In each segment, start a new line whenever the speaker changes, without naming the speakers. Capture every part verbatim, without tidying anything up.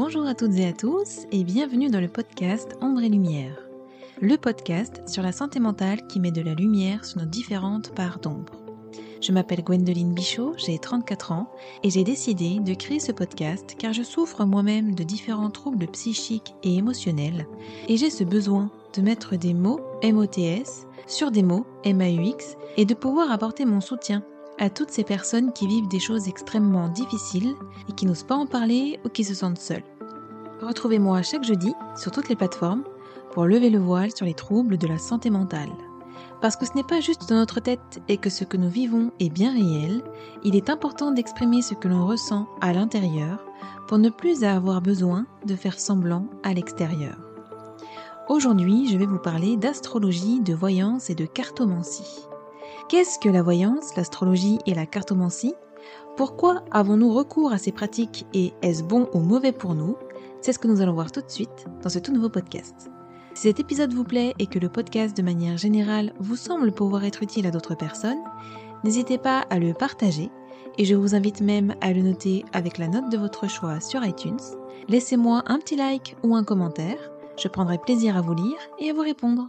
Bonjour à toutes et à tous et bienvenue dans le podcast Ombre et Lumière, le podcast sur la santé mentale qui met de la lumière sur nos différentes parts d'ombre. Je m'appelle Gwendoline Bichot, j'ai trente-quatre ans et j'ai décidé de créer ce podcast car je souffre moi-même de différents troubles psychiques et émotionnels et j'ai ce besoin de mettre des mots M O T S sur des mots M A U X et de pouvoir apporter mon soutien à toutes ces personnes qui vivent des choses extrêmement difficiles et qui n'osent pas en parler ou qui se sentent seules. Retrouvez-moi chaque jeudi sur toutes les plateformes pour lever le voile sur les troubles de la santé mentale. Parce que ce n'est pas juste dans notre tête et que ce que nous vivons est bien réel, il est important d'exprimer ce que l'on ressent à l'intérieur pour ne plus avoir besoin de faire semblant à l'extérieur. Aujourd'hui, je vais vous parler d'astrologie, de voyance et de cartomancie. Qu'est-ce que la voyance, l'astrologie et la cartomancie ? Pourquoi avons-nous recours à ces pratiques et est-ce bon ou mauvais pour nous ? C'est ce que nous allons voir tout de suite dans ce tout nouveau podcast. Si cet épisode vous plaît et que le podcast de manière générale vous semble pouvoir être utile à d'autres personnes, n'hésitez pas à le partager et je vous invite même à le noter avec la note de votre choix sur iTunes. Laissez-moi un petit like ou un commentaire, je prendrai plaisir à vous lire et à vous répondre.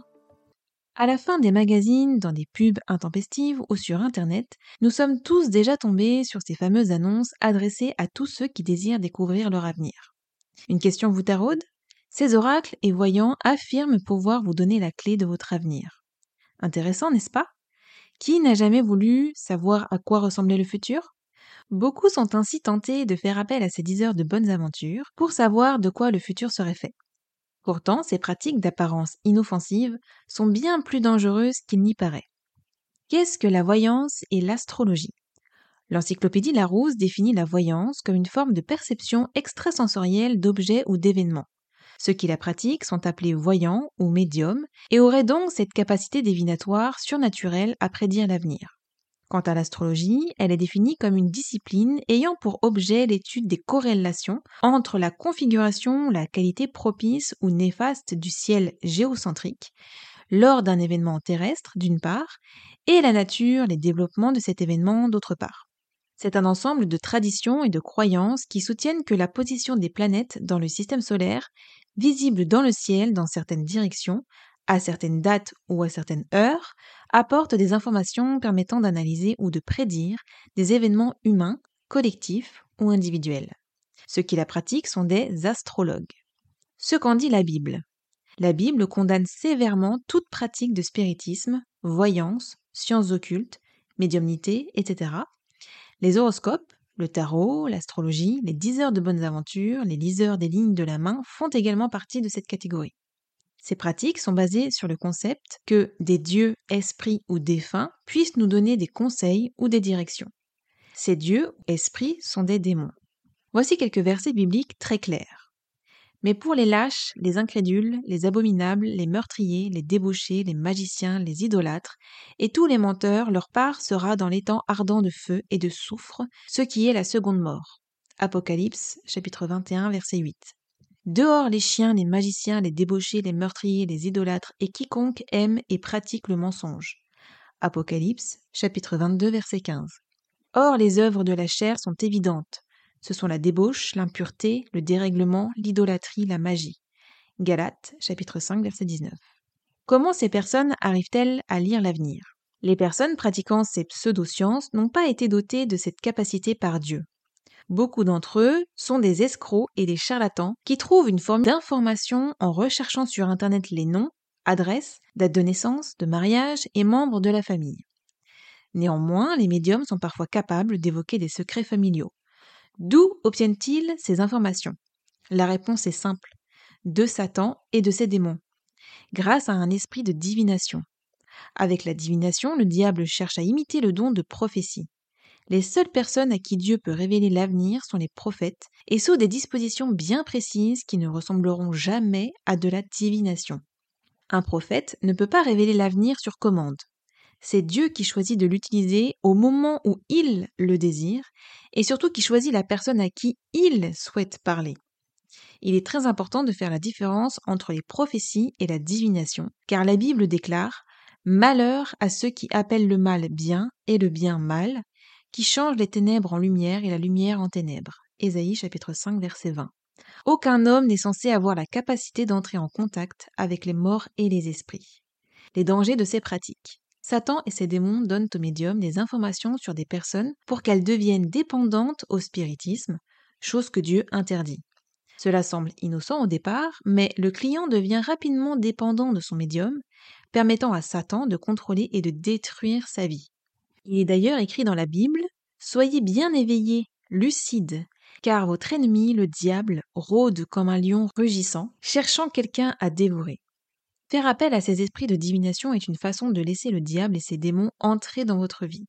À la fin des magazines, dans des pubs intempestives ou sur Internet, nous sommes tous déjà tombés sur ces fameuses annonces adressées à tous ceux qui désirent découvrir leur avenir. Une question vous taraude ? Ces oracles et voyants affirment pouvoir vous donner la clé de votre avenir. Intéressant, n'est-ce pas ? Qui n'a jamais voulu savoir à quoi ressemblait le futur ? Beaucoup sont ainsi tentés de faire appel à ces diseurs de bonnes aventures pour savoir de quoi le futur serait fait. Pourtant, ces pratiques d'apparence inoffensive sont bien plus dangereuses qu'il n'y paraît. Qu'est-ce que la voyance et l'astrologie ? L'encyclopédie Larousse définit la voyance comme une forme de perception extrasensorielle d'objets ou d'événements. Ceux qui la pratiquent sont appelés voyants ou médiums et auraient donc cette capacité divinatoire surnaturelle à prédire l'avenir. Quant à l'astrologie, elle est définie comme une discipline ayant pour objet l'étude des corrélations entre la configuration, la qualité propice ou néfaste du ciel géocentrique lors d'un événement terrestre d'une part et la nature, les développements de cet événement d'autre part. C'est un ensemble de traditions et de croyances qui soutiennent que la position des planètes dans le système solaire, visible dans le ciel dans certaines directions, à certaines dates ou à certaines heures, apporte des informations permettant d'analyser ou de prédire des événements humains, collectifs ou individuels. Ceux qui la pratiquent sont des astrologues. Ce qu'en dit la Bible. La Bible condamne sévèrement toute pratique de spiritisme, voyance, sciences occultes, médiumnité, et cetera. Les horoscopes, le tarot, l'astrologie, les diseurs de bonnes aventures, les liseurs des lignes de la main font également partie de cette catégorie. Ces pratiques sont basées sur le concept que des dieux, esprits ou défunts puissent nous donner des conseils ou des directions. Ces dieux, esprits, sont des démons. Voici quelques versets bibliques très clairs. Mais pour les lâches, les incrédules, les abominables, les meurtriers, les débauchés, les magiciens, les idolâtres, et tous les menteurs, leur part sera dans l'étang ardent de feu et de soufre, ce qui est la seconde mort. Apocalypse, chapitre vingt et un, verset huit. Dehors les chiens, les magiciens, les débauchés, les meurtriers, les idolâtres, et quiconque aime et pratique le mensonge. Apocalypse, chapitre vingt-deux, verset quinze. Or les œuvres de la chair sont évidentes. Ce sont la débauche, l'impureté, le dérèglement, l'idolâtrie, la magie. Galates, chapitre cinq, verset dix-neuf. Comment ces personnes arrivent-elles à lire l'avenir ? Les personnes pratiquant ces pseudosciences n'ont pas été dotées de cette capacité par Dieu. Beaucoup d'entre eux sont des escrocs et des charlatans qui trouvent une forme d'information en recherchant sur Internet les noms, adresses, dates de naissance, de mariage et membres de la famille. Néanmoins, les médiums sont parfois capables d'évoquer des secrets familiaux. D'où obtiennent-ils ces informations ? La réponse est simple, de Satan et de ses démons, grâce à un esprit de divination. Avec la divination, le diable cherche à imiter le don de prophétie. Les seules personnes à qui Dieu peut révéler l'avenir sont les prophètes et sous des dispositions bien précises qui ne ressembleront jamais à de la divination. Un prophète ne peut pas révéler l'avenir sur commande. C'est Dieu qui choisit de l'utiliser au moment où il le désire et surtout qui choisit la personne à qui il souhaite parler. Il est très important de faire la différence entre les prophéties et la divination, car la Bible déclare « Malheur à ceux qui appellent le mal bien et le bien mal », qui change les ténèbres en lumière et la lumière en ténèbres. Ésaïe chapitre cinq verset vingt. Aucun homme n'est censé avoir la capacité d'entrer en contact avec les morts et les esprits. Les dangers de ces pratiques. Satan et ses démons donnent aux médiums des informations sur des personnes pour qu'elles deviennent dépendantes au spiritisme, chose que Dieu interdit. Cela semble innocent au départ, mais le client devient rapidement dépendant de son médium, permettant à Satan de contrôler et de détruire sa vie. Il est d'ailleurs écrit dans la Bible « Soyez bien éveillés, lucides, car votre ennemi, le diable, rôde comme un lion rugissant, cherchant quelqu'un à dévorer. » Faire appel à ces esprits de divination est une façon de laisser le diable et ses démons entrer dans votre vie.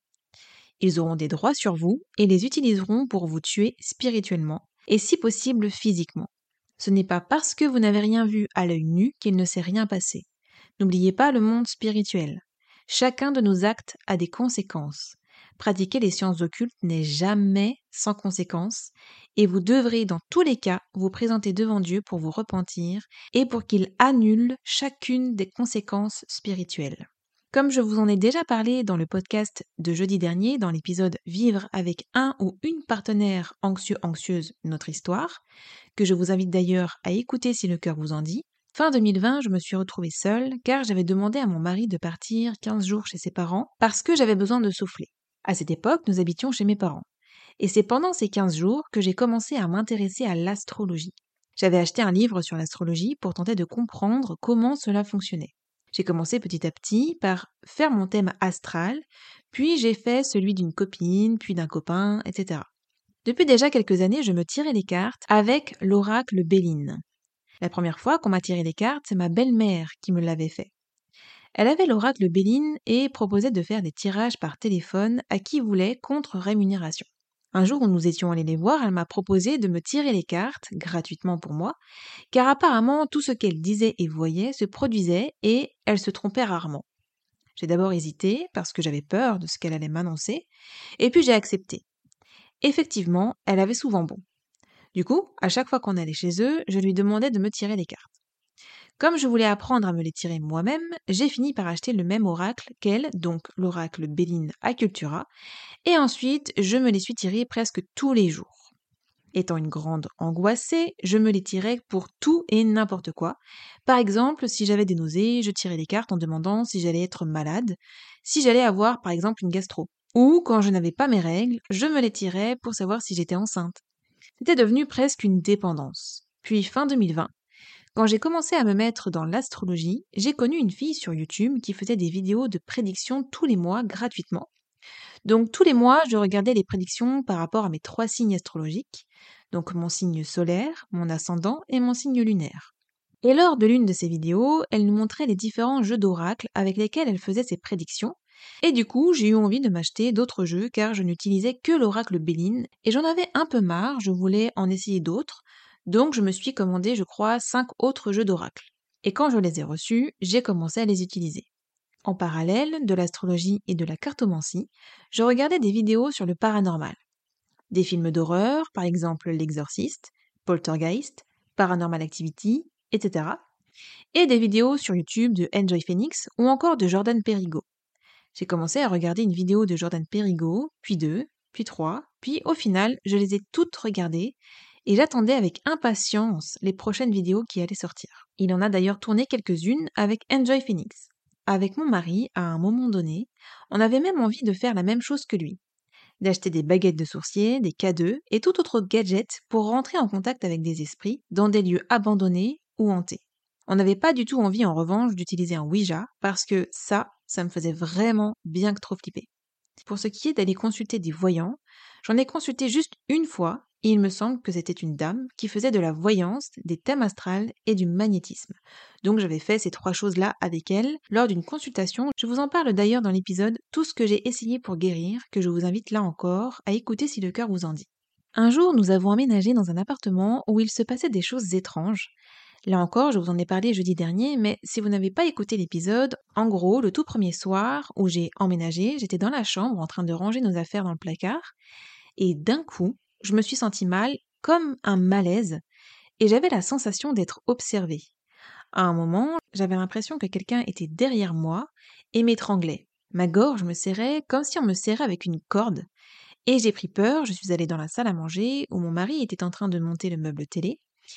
Ils auront des droits sur vous et les utiliseront pour vous tuer spirituellement et si possible physiquement. Ce n'est pas parce que vous n'avez rien vu à l'œil nu qu'il ne s'est rien passé. N'oubliez pas le monde spirituel. Chacun de nos actes a des conséquences. Pratiquer les sciences occultes n'est jamais sans conséquences et vous devrez dans tous les cas vous présenter devant Dieu pour vous repentir et pour qu'il annule chacune des conséquences spirituelles. Comme je vous en ai déjà parlé dans le podcast de jeudi dernier, dans l'épisode Vivre avec un ou une partenaire anxieux-anxieuse, notre histoire, que je vous invite d'ailleurs à écouter si le cœur vous en dit, fin deux mille vingt, je me suis retrouvée seule car j'avais demandé à mon mari de partir quinze jours chez ses parents parce que j'avais besoin de souffler. À cette époque, nous habitions chez mes parents. Et c'est pendant ces quinze jours que j'ai commencé à m'intéresser à l'astrologie. J'avais acheté un livre sur l'astrologie pour tenter de comprendre comment cela fonctionnait. J'ai commencé petit à petit par faire mon thème astral, puis j'ai fait celui d'une copine, puis d'un copain, et cetera. Depuis déjà quelques années, je me tirais les cartes avec l'oracle Béline. La première fois qu'on m'a tiré les cartes, c'est ma belle-mère qui me l'avait fait. Elle avait l'oracle Béline et proposait de faire des tirages par téléphone à qui voulait contre rémunération. Un jour où nous étions allés les voir, elle m'a proposé de me tirer les cartes, gratuitement pour moi, car apparemment tout ce qu'elle disait et voyait se produisait et elle se trompait rarement. J'ai d'abord hésité parce que j'avais peur de ce qu'elle allait m'annoncer, et puis j'ai accepté. Effectivement, elle avait souvent bon. Du coup, à chaque fois qu'on allait chez eux, je lui demandais de me tirer les cartes. Comme je voulais apprendre à me les tirer moi-même, j'ai fini par acheter le même oracle qu'elle, donc l'oracle Béline à Cultura, et ensuite je me les suis tirés presque tous les jours. Étant une grande angoissée, je me les tirais pour tout et n'importe quoi. Par exemple, si j'avais des nausées, je tirais les cartes en demandant si j'allais être malade, si j'allais avoir par exemple une gastro. Ou quand je n'avais pas mes règles, je me les tirais pour savoir si j'étais enceinte. C'était devenu presque une dépendance. Puis fin deux mille vingt, quand j'ai commencé à me mettre dans l'astrologie, j'ai connu une fille sur YouTube qui faisait des vidéos de prédictions tous les mois gratuitement. Donc tous les mois, je regardais les prédictions par rapport à mes trois signes astrologiques, donc mon signe solaire, mon ascendant et mon signe lunaire. Et lors de l'une de ces vidéos, elle nous montrait les différents jeux d'oracle avec lesquels elle faisait ses prédictions, et du coup, j'ai eu envie de m'acheter d'autres jeux car je n'utilisais que l'oracle Béline et j'en avais un peu marre, je voulais en essayer d'autres, donc je me suis commandé, je crois, cinq autres jeux d'oracle. Et quand je les ai reçus, j'ai commencé à les utiliser. En parallèle de l'astrologie et de la cartomancie, je regardais des vidéos sur le paranormal. Des films d'horreur, par exemple L'Exorciste, Poltergeist, Paranormal Activity, et cetera. Et des vidéos sur YouTube de Enjoy Phoenix ou encore de Jordan Perigo. J'ai commencé à regarder une vidéo de Jordan Perigo, puis deux, puis trois, puis au final, je les ai toutes regardées et j'attendais avec impatience les prochaines vidéos qui allaient sortir. Il en a d'ailleurs tourné quelques-unes avec Enjoy Phoenix. Avec mon mari, à un moment donné, on avait même envie de faire la même chose que lui. D'acheter des baguettes de sourcier, des K deux et tout autre gadget pour rentrer en contact avec des esprits dans des lieux abandonnés ou hantés. On n'avait pas du tout envie en revanche d'utiliser un Ouija parce que ça, ça me faisait vraiment bien que trop flipper. Pour ce qui est d'aller consulter des voyants, j'en ai consulté juste une fois et il me semble que c'était une dame qui faisait de la voyance, des thèmes astrales et du magnétisme. Donc j'avais fait ces trois choses-là avec elle lors d'une consultation. Je vous en parle d'ailleurs dans l'épisode Tout ce que j'ai essayé pour guérir, que je vous invite là encore à écouter si le cœur vous en dit. Un jour, nous avons emménagé dans un appartement où il se passait des choses étranges. Là encore, je vous en ai parlé jeudi dernier, mais si vous n'avez pas écouté l'épisode, en gros, le tout premier soir où j'ai emménagé, j'étais dans la chambre en train de ranger nos affaires dans le placard, et d'un coup, je me suis sentie mal, comme un malaise, et j'avais la sensation d'être observée. À un moment, j'avais l'impression que quelqu'un était derrière moi et m'étranglait. Ma gorge me serrait comme si on me serrait avec une corde, et j'ai pris peur, je suis allée dans la salle à manger où mon mari était en train de monter le meuble télé,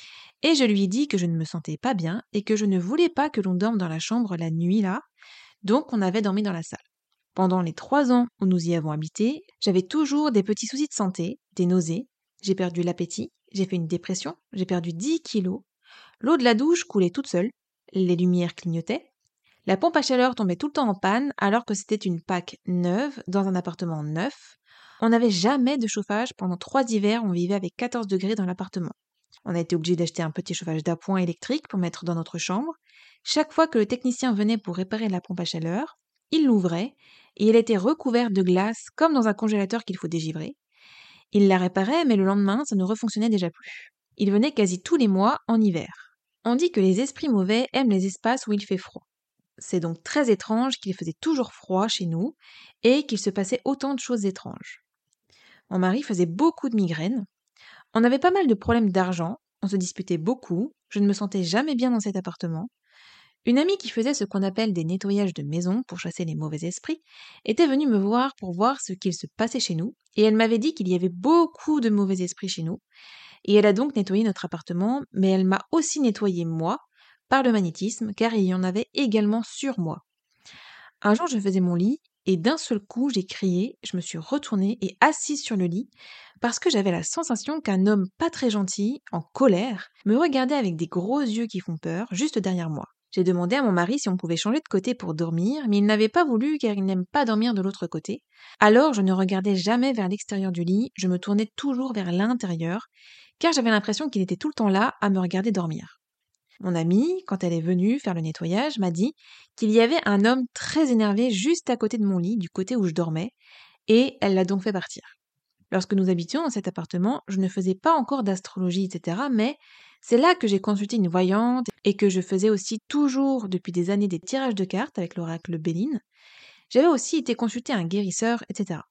et je lui ai dit que je ne me sentais pas bien et que je ne voulais pas que l'on dorme dans la chambre la nuit là, donc on avait dormi dans la salle. Pendant les trois ans où nous y avons habité, j'avais toujours des petits soucis de santé, des nausées, j'ai perdu l'appétit, j'ai fait une dépression, j'ai perdu dix kilos, l'eau de la douche coulait toute seule, les lumières clignotaient, la pompe à chaleur tombait tout le temps en panne alors que c'était une Pâques neuve dans un appartement neuf. On n'avait jamais de chauffage, pendant trois hivers on vivait avec quatorze degrés dans l'appartement. On a été obligé d'acheter un petit chauffage d'appoint électrique pour mettre dans notre chambre. Chaque fois que le technicien venait pour réparer la pompe à chaleur, il l'ouvrait et elle était recouverte de glace comme dans un congélateur qu'il faut dégivrer. Il la réparait mais le lendemain ça ne refonctionnait déjà plus. Il venait quasi tous les mois en hiver. On dit que les esprits mauvais aiment les espaces où il fait froid. C'est donc très étrange qu'il faisait toujours froid chez nous et qu'il se passait autant de choses étranges. Mon mari faisait beaucoup de migraines. On avait pas mal de problèmes d'argent, on se disputait beaucoup, je ne me sentais jamais bien dans cet appartement. Une amie qui faisait ce qu'on appelle des nettoyages de maison pour chasser les mauvais esprits était venue me voir pour voir ce qu'il se passait chez nous et elle m'avait dit qu'il y avait beaucoup de mauvais esprits chez nous et elle a donc nettoyé notre appartement, mais elle m'a aussi nettoyé moi par le magnétisme car il y en avait également sur moi. Un jour je faisais mon lit et d'un seul coup j'ai crié, je me suis retournée et assise sur le lit parce que j'avais la sensation qu'un homme pas très gentil, en colère, me regardait avec des gros yeux qui font peur juste derrière moi. J'ai demandé à mon mari si on pouvait changer de côté pour dormir, mais il n'avait pas voulu car il n'aime pas dormir de l'autre côté. Alors je ne regardais jamais vers l'extérieur du lit, je me tournais toujours vers l'intérieur car j'avais l'impression qu'il était tout le temps là à me regarder dormir. Mon amie, quand elle est venue faire le nettoyage, m'a dit qu'il y avait un homme très énervé juste à côté de mon lit, du côté où je dormais, et elle l'a donc fait partir. Lorsque nous habitions dans cet appartement, je ne faisais pas encore d'astrologie, et cetera, mais c'est là que j'ai consulté une voyante et que je faisais aussi toujours depuis des années des tirages de cartes avec l'oracle Béline. J'avais aussi été consulter un guérisseur, et cetera.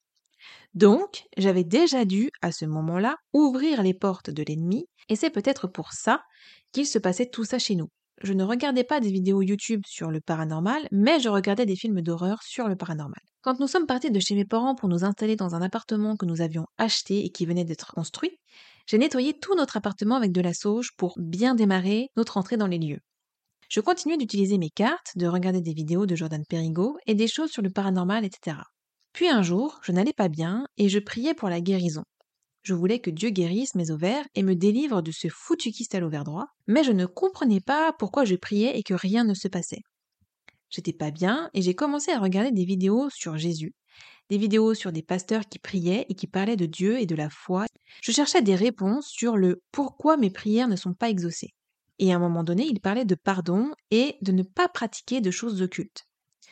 Donc, j'avais déjà dû, à ce moment-là, ouvrir les portes de l'ennemi, et c'est peut-être pour ça qu'il se passait tout ça chez nous. Je ne regardais pas des vidéos YouTube sur le paranormal, mais je regardais des films d'horreur sur le paranormal. Quand nous sommes partis de chez mes parents pour nous installer dans un appartement que nous avions acheté et qui venait d'être construit, j'ai nettoyé tout notre appartement avec de la sauge pour bien démarrer notre entrée dans les lieux. Je continuais d'utiliser mes cartes, de regarder des vidéos de Jordan Perigo et des choses sur le paranormal, et cetera. Puis un jour, je n'allais pas bien et je priais pour la guérison. Je voulais que Dieu guérisse mes ovaires et me délivre de ce foutu kyste à l'ovaire droit, mais je ne comprenais pas pourquoi je priais et que rien ne se passait. J'étais pas bien et j'ai commencé à regarder des vidéos sur Jésus, des vidéos sur des pasteurs qui priaient et qui parlaient de Dieu et de la foi. Je cherchais des réponses sur le pourquoi mes prières ne sont pas exaucées. Et à un moment donné, ils parlaient de pardon et de ne pas pratiquer de choses occultes.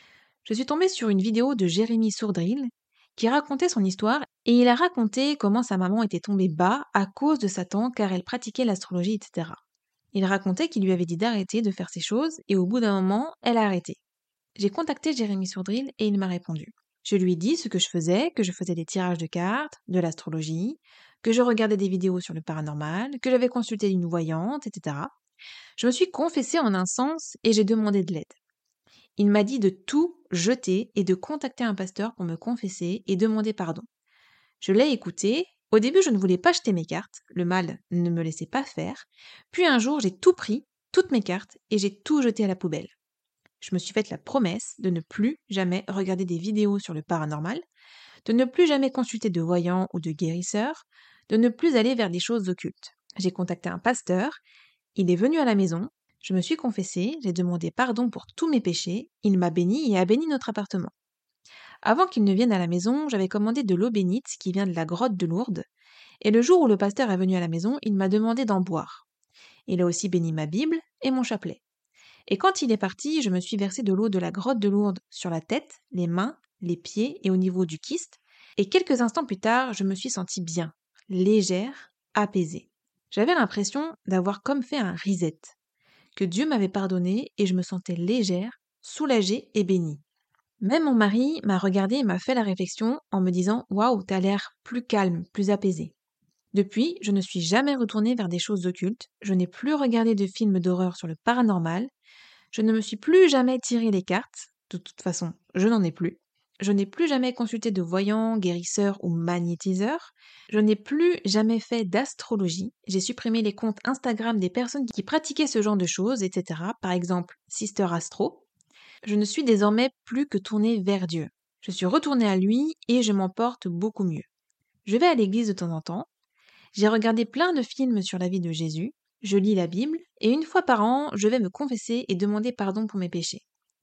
Je suis tombée sur une vidéo de Jérémy Sourdril qui racontait son histoire et il a raconté comment sa maman était tombée bas à cause de Satan car elle pratiquait l'astrologie, et cetera. Il racontait qu'il lui avait dit d'arrêter de faire ces choses et au bout d'un moment, elle a arrêté. J'ai contacté Jérémy Sourdril et il m'a répondu. Je lui ai dit ce que je faisais, que je faisais des tirages de cartes, de l'astrologie, que je regardais des vidéos sur le paranormal, que j'avais consulté une voyante, et cetera. Je me suis confessée en un sens et j'ai demandé de l'aide. Il m'a dit de tout jeter et de contacter un pasteur pour me confesser et demander pardon. Je l'ai écouté. Au début, je ne voulais pas jeter mes cartes. Le mal ne me laissait pas faire. Puis un jour, j'ai tout pris, toutes mes cartes, et j'ai tout jeté à la poubelle. Je me suis faite la promesse de ne plus jamais regarder des vidéos sur le paranormal, de ne plus jamais consulter de voyants ou de guérisseurs, de ne plus aller vers des choses occultes. J'ai contacté un pasteur. Il est venu à la maison. Je me suis confessée, j'ai demandé pardon pour tous mes péchés, il m'a béni et a béni notre appartement. Avant qu'il ne vienne à la maison, j'avais commandé de l'eau bénite qui vient de la grotte de Lourdes, et le jour où le pasteur est venu à la maison, il m'a demandé d'en boire. Il a aussi béni ma Bible et mon chapelet. Et quand il est parti, je me suis versé de l'eau de la grotte de Lourdes sur la tête, les mains, les pieds et au niveau du kyste, et quelques instants plus tard, je me suis sentie bien, légère, apaisée. J'avais l'impression d'avoir comme fait un reset, que Dieu m'avait pardonné et je me sentais légère, soulagée et bénie. Même mon mari m'a regardée et m'a fait la réflexion en me disant « Waouh, t'as l'air plus calme, plus apaisée ». Depuis, je ne suis jamais retournée vers des choses occultes, je n'ai plus regardé de films d'horreur sur le paranormal, je ne me suis plus jamais tiré les cartes, de toute façon, je n'en ai plus. je n'ai plus jamais consulté de voyant, guérisseur ou magnétiseur. Je n'ai plus jamais fait d'astrologie. J'ai supprimé les comptes Instagram des personnes qui pratiquaient ce genre de choses, et cetera. Par exemple, Sister Astro. Je ne suis désormais plus que tournée vers Dieu. Je suis retournée à lui et je m'en porte beaucoup mieux. Je vais à l'église de temps en temps. J'ai regardé plein de films sur la vie de Jésus. Je lis la Bible et une fois par an, je vais me confesser et demander pardon pour mes péchés.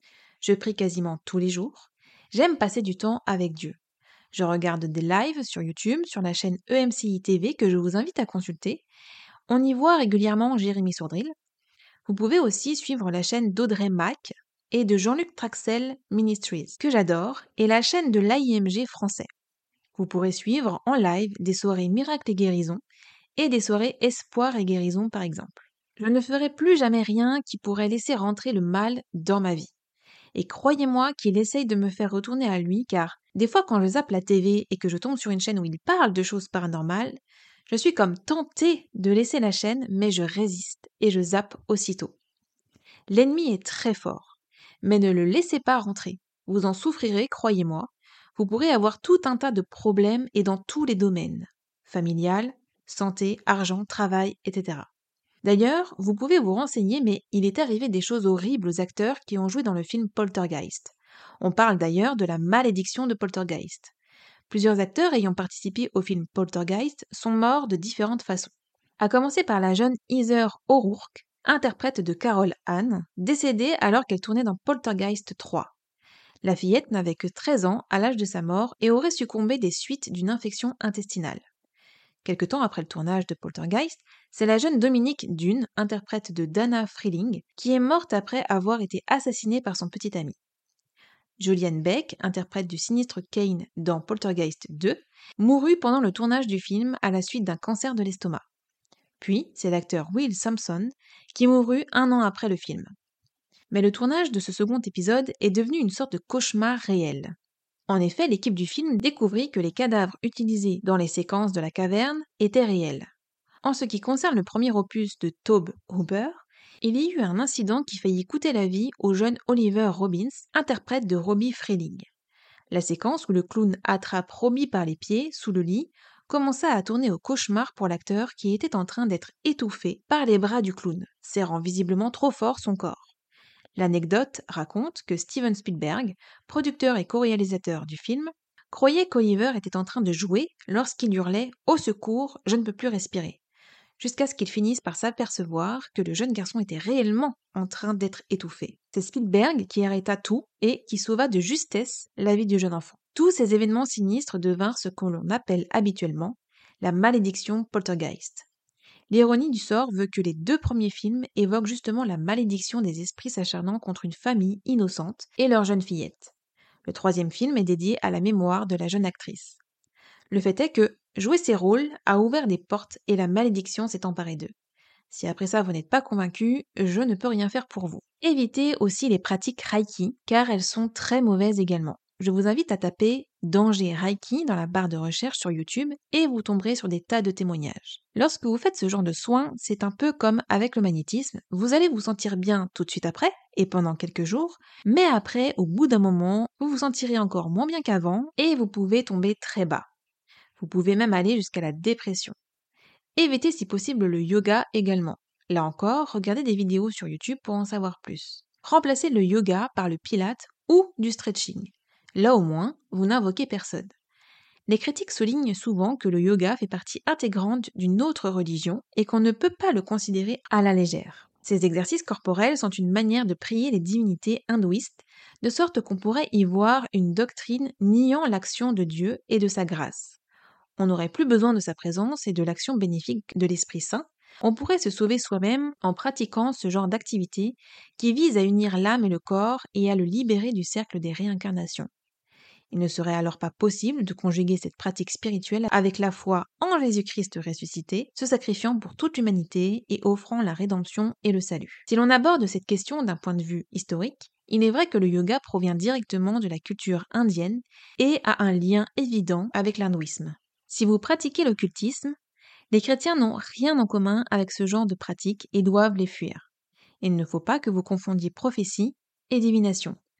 Je prie quasiment tous les jours. J'aime passer du temps avec Dieu. Je regarde des lives sur YouTube, sur la chaîne E M C I T V que je vous invite à consulter. On y voit régulièrement Jérémy Sourdril. Vous pouvez aussi suivre la chaîne d'Audrey Mack et de Jean-Luc Traxel Ministries, que j'adore, et la chaîne de l'A I M G français. Vous pourrez suivre en live des soirées miracles et guérison et des soirées espoir et guérison par exemple. Je ne ferai plus jamais rien qui pourrait laisser rentrer le mal dans ma vie. Et croyez-moi qu'il essaye de me faire retourner à lui car des fois quand je zappe la T V et que je tombe sur une chaîne où il parle de choses paranormales, je suis comme tentée de laisser la chaîne mais je résiste et je zappe aussitôt. L'ennemi est très fort, mais ne le laissez pas rentrer. Vous en souffrirez, croyez-moi. Vous pourrez avoir tout un tas de problèmes et dans tous les domaines. Familial, santé, argent, travail, et cetera. D'ailleurs, vous pouvez vous renseigner, mais il est arrivé des choses horribles aux acteurs qui ont joué dans le film Poltergeist. On parle d'ailleurs de la malédiction de Poltergeist. Plusieurs acteurs ayant participé au film Poltergeist sont morts de différentes façons. À commencer par la jeune Heather O'Rourke, interprète de Carol Anne, décédée alors qu'elle tournait dans Poltergeist trois. La fillette n'avait que treize ans à l'âge de sa mort et aurait succombé des suites d'une infection intestinale. Quelque temps après le tournage de Poltergeist, c'est la jeune Dominique Dunne, interprète de Dana Freeling, qui est morte après avoir été assassinée par son petit ami. Julianne Beck, interprète du sinistre Kane dans Poltergeist deux, mourut pendant le tournage du film à la suite d'un cancer de l'estomac. Puis, c'est l'acteur Will Sampson qui mourut un an après le film. Mais le tournage de ce second épisode est devenu une sorte de cauchemar réel. En effet, l'équipe du film découvrit que les cadavres utilisés dans les séquences de la caverne étaient réels. En ce qui concerne le premier opus de Tobe Hooper, il y eut un incident qui faillit coûter la vie au jeune Oliver Robbins, interprète de Robbie Freeling. La séquence où le clown attrape Robbie par les pieds, sous le lit, commença à tourner au cauchemar pour l'acteur qui était en train d'être étouffé par les bras du clown, serrant visiblement trop fort son corps. L'anecdote raconte que Steven Spielberg, producteur et co-réalisateur du film, croyait qu'Oliver était en train de jouer lorsqu'il hurlait « Au secours, je ne peux plus respirer », jusqu'à ce qu'il finisse par s'apercevoir que le jeune garçon était réellement en train d'être étouffé. C'est Spielberg qui arrêta tout et qui sauva de justesse la vie du jeune enfant. Tous ces événements sinistres devinrent ce que l'on appelle habituellement la malédiction Poltergeist. L'ironie du sort veut que les deux premiers films évoquent justement la malédiction des esprits s'acharnant contre une famille innocente et leur jeune fillette. Le troisième film est dédié à la mémoire de la jeune actrice. Le fait est que jouer ces rôles a ouvert des portes et la malédiction s'est emparée d'eux. Si après ça vous n'êtes pas convaincu, je ne peux rien faire pour vous. Évitez aussi les pratiques Reiki car elles sont très mauvaises également. Je vous invite à taper « danger Reiki » dans la barre de recherche sur YouTube et vous tomberez sur des tas de témoignages. Lorsque vous faites ce genre de soins, c'est un peu comme avec le magnétisme. Vous allez vous sentir bien tout de suite après et pendant quelques jours, mais après, au bout d'un moment, vous vous sentirez encore moins bien qu'avant et vous pouvez tomber très bas. Vous pouvez même aller jusqu'à la dépression. Évitez si possible le yoga également. Là encore, regardez des vidéos sur YouTube pour en savoir plus. Remplacez le yoga par le pilate ou du stretching. Là au moins, vous n'invoquez personne. Les critiques soulignent souvent que le yoga fait partie intégrante d'une autre religion et qu'on ne peut pas le considérer à la légère. Ces exercices corporels sont une manière de prier les divinités hindouistes, de sorte qu'on pourrait y voir une doctrine niant l'action de Dieu et de sa grâce. On n'aurait plus besoin de sa présence et de l'action bénéfique de l'Esprit Saint. On pourrait se sauver soi-même en pratiquant ce genre d'activité qui vise à unir l'âme et le corps et à le libérer du cercle des réincarnations. Il ne serait alors pas possible de conjuguer cette pratique spirituelle avec la foi en Jésus-Christ ressuscité, se sacrifiant pour toute l'humanité et offrant la rédemption et le salut. Si l'on aborde cette question d'un point de vue historique, il est vrai que le yoga provient directement de la culture indienne et a un lien évident avec l'hindouisme. Si vous pratiquez l'occultisme, les chrétiens n'ont rien en commun avec ce genre de pratiques et doivent les fuir. Il ne faut pas que vous confondiez prophétie et divination.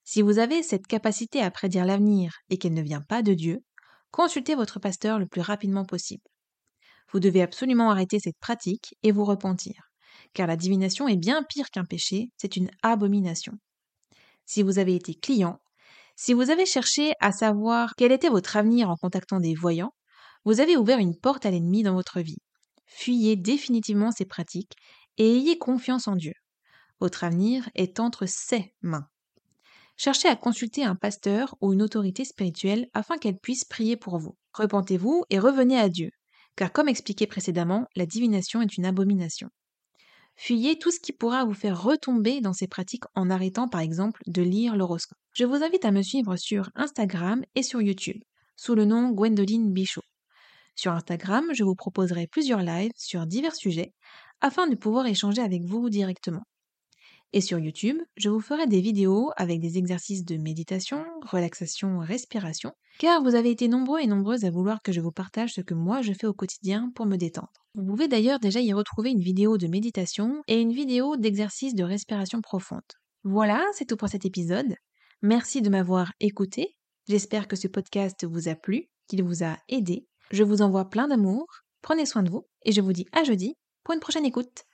Si vous avez cette capacité à prédire l'avenir et qu'elle ne vient pas de Dieu, consultez votre pasteur le plus rapidement possible. Vous devez absolument arrêter cette pratique et vous repentir, car la divination est bien pire qu'un péché, c'est une abomination. Si vous avez été client, si vous avez cherché à savoir quel était votre avenir en contactant des voyants, vous avez ouvert une porte à l'ennemi dans votre vie. Fuyez définitivement ces pratiques et ayez confiance en Dieu. Votre avenir est entre ses mains. Cherchez à consulter un pasteur ou une autorité spirituelle afin qu'elle puisse prier pour vous. Repentez-vous et revenez à Dieu, car comme expliqué précédemment, la divination est une abomination. Fuyez tout ce qui pourra vous faire retomber dans ces pratiques en arrêtant par exemple de lire l'horoscope. Je vous invite à me suivre sur Instagram et sur YouTube, sous le nom Gwendoline Bichot. Sur Instagram, je vous proposerai plusieurs lives sur divers sujets afin de pouvoir échanger avec vous directement. Et sur YouTube, je vous ferai des vidéos avec des exercices de méditation, relaxation, respiration, car vous avez été nombreux et nombreuses à vouloir que je vous partage ce que moi je fais au quotidien pour me détendre. Vous pouvez d'ailleurs déjà y retrouver une vidéo de méditation et une vidéo d'exercice de respiration profonde. Voilà, c'est tout pour cet épisode. Merci de m'avoir écouté. J'espère que ce podcast vous a plu, qu'il vous a aidé. Je vous envoie plein d'amour, prenez soin de vous et je vous dis à jeudi pour une prochaine écoute.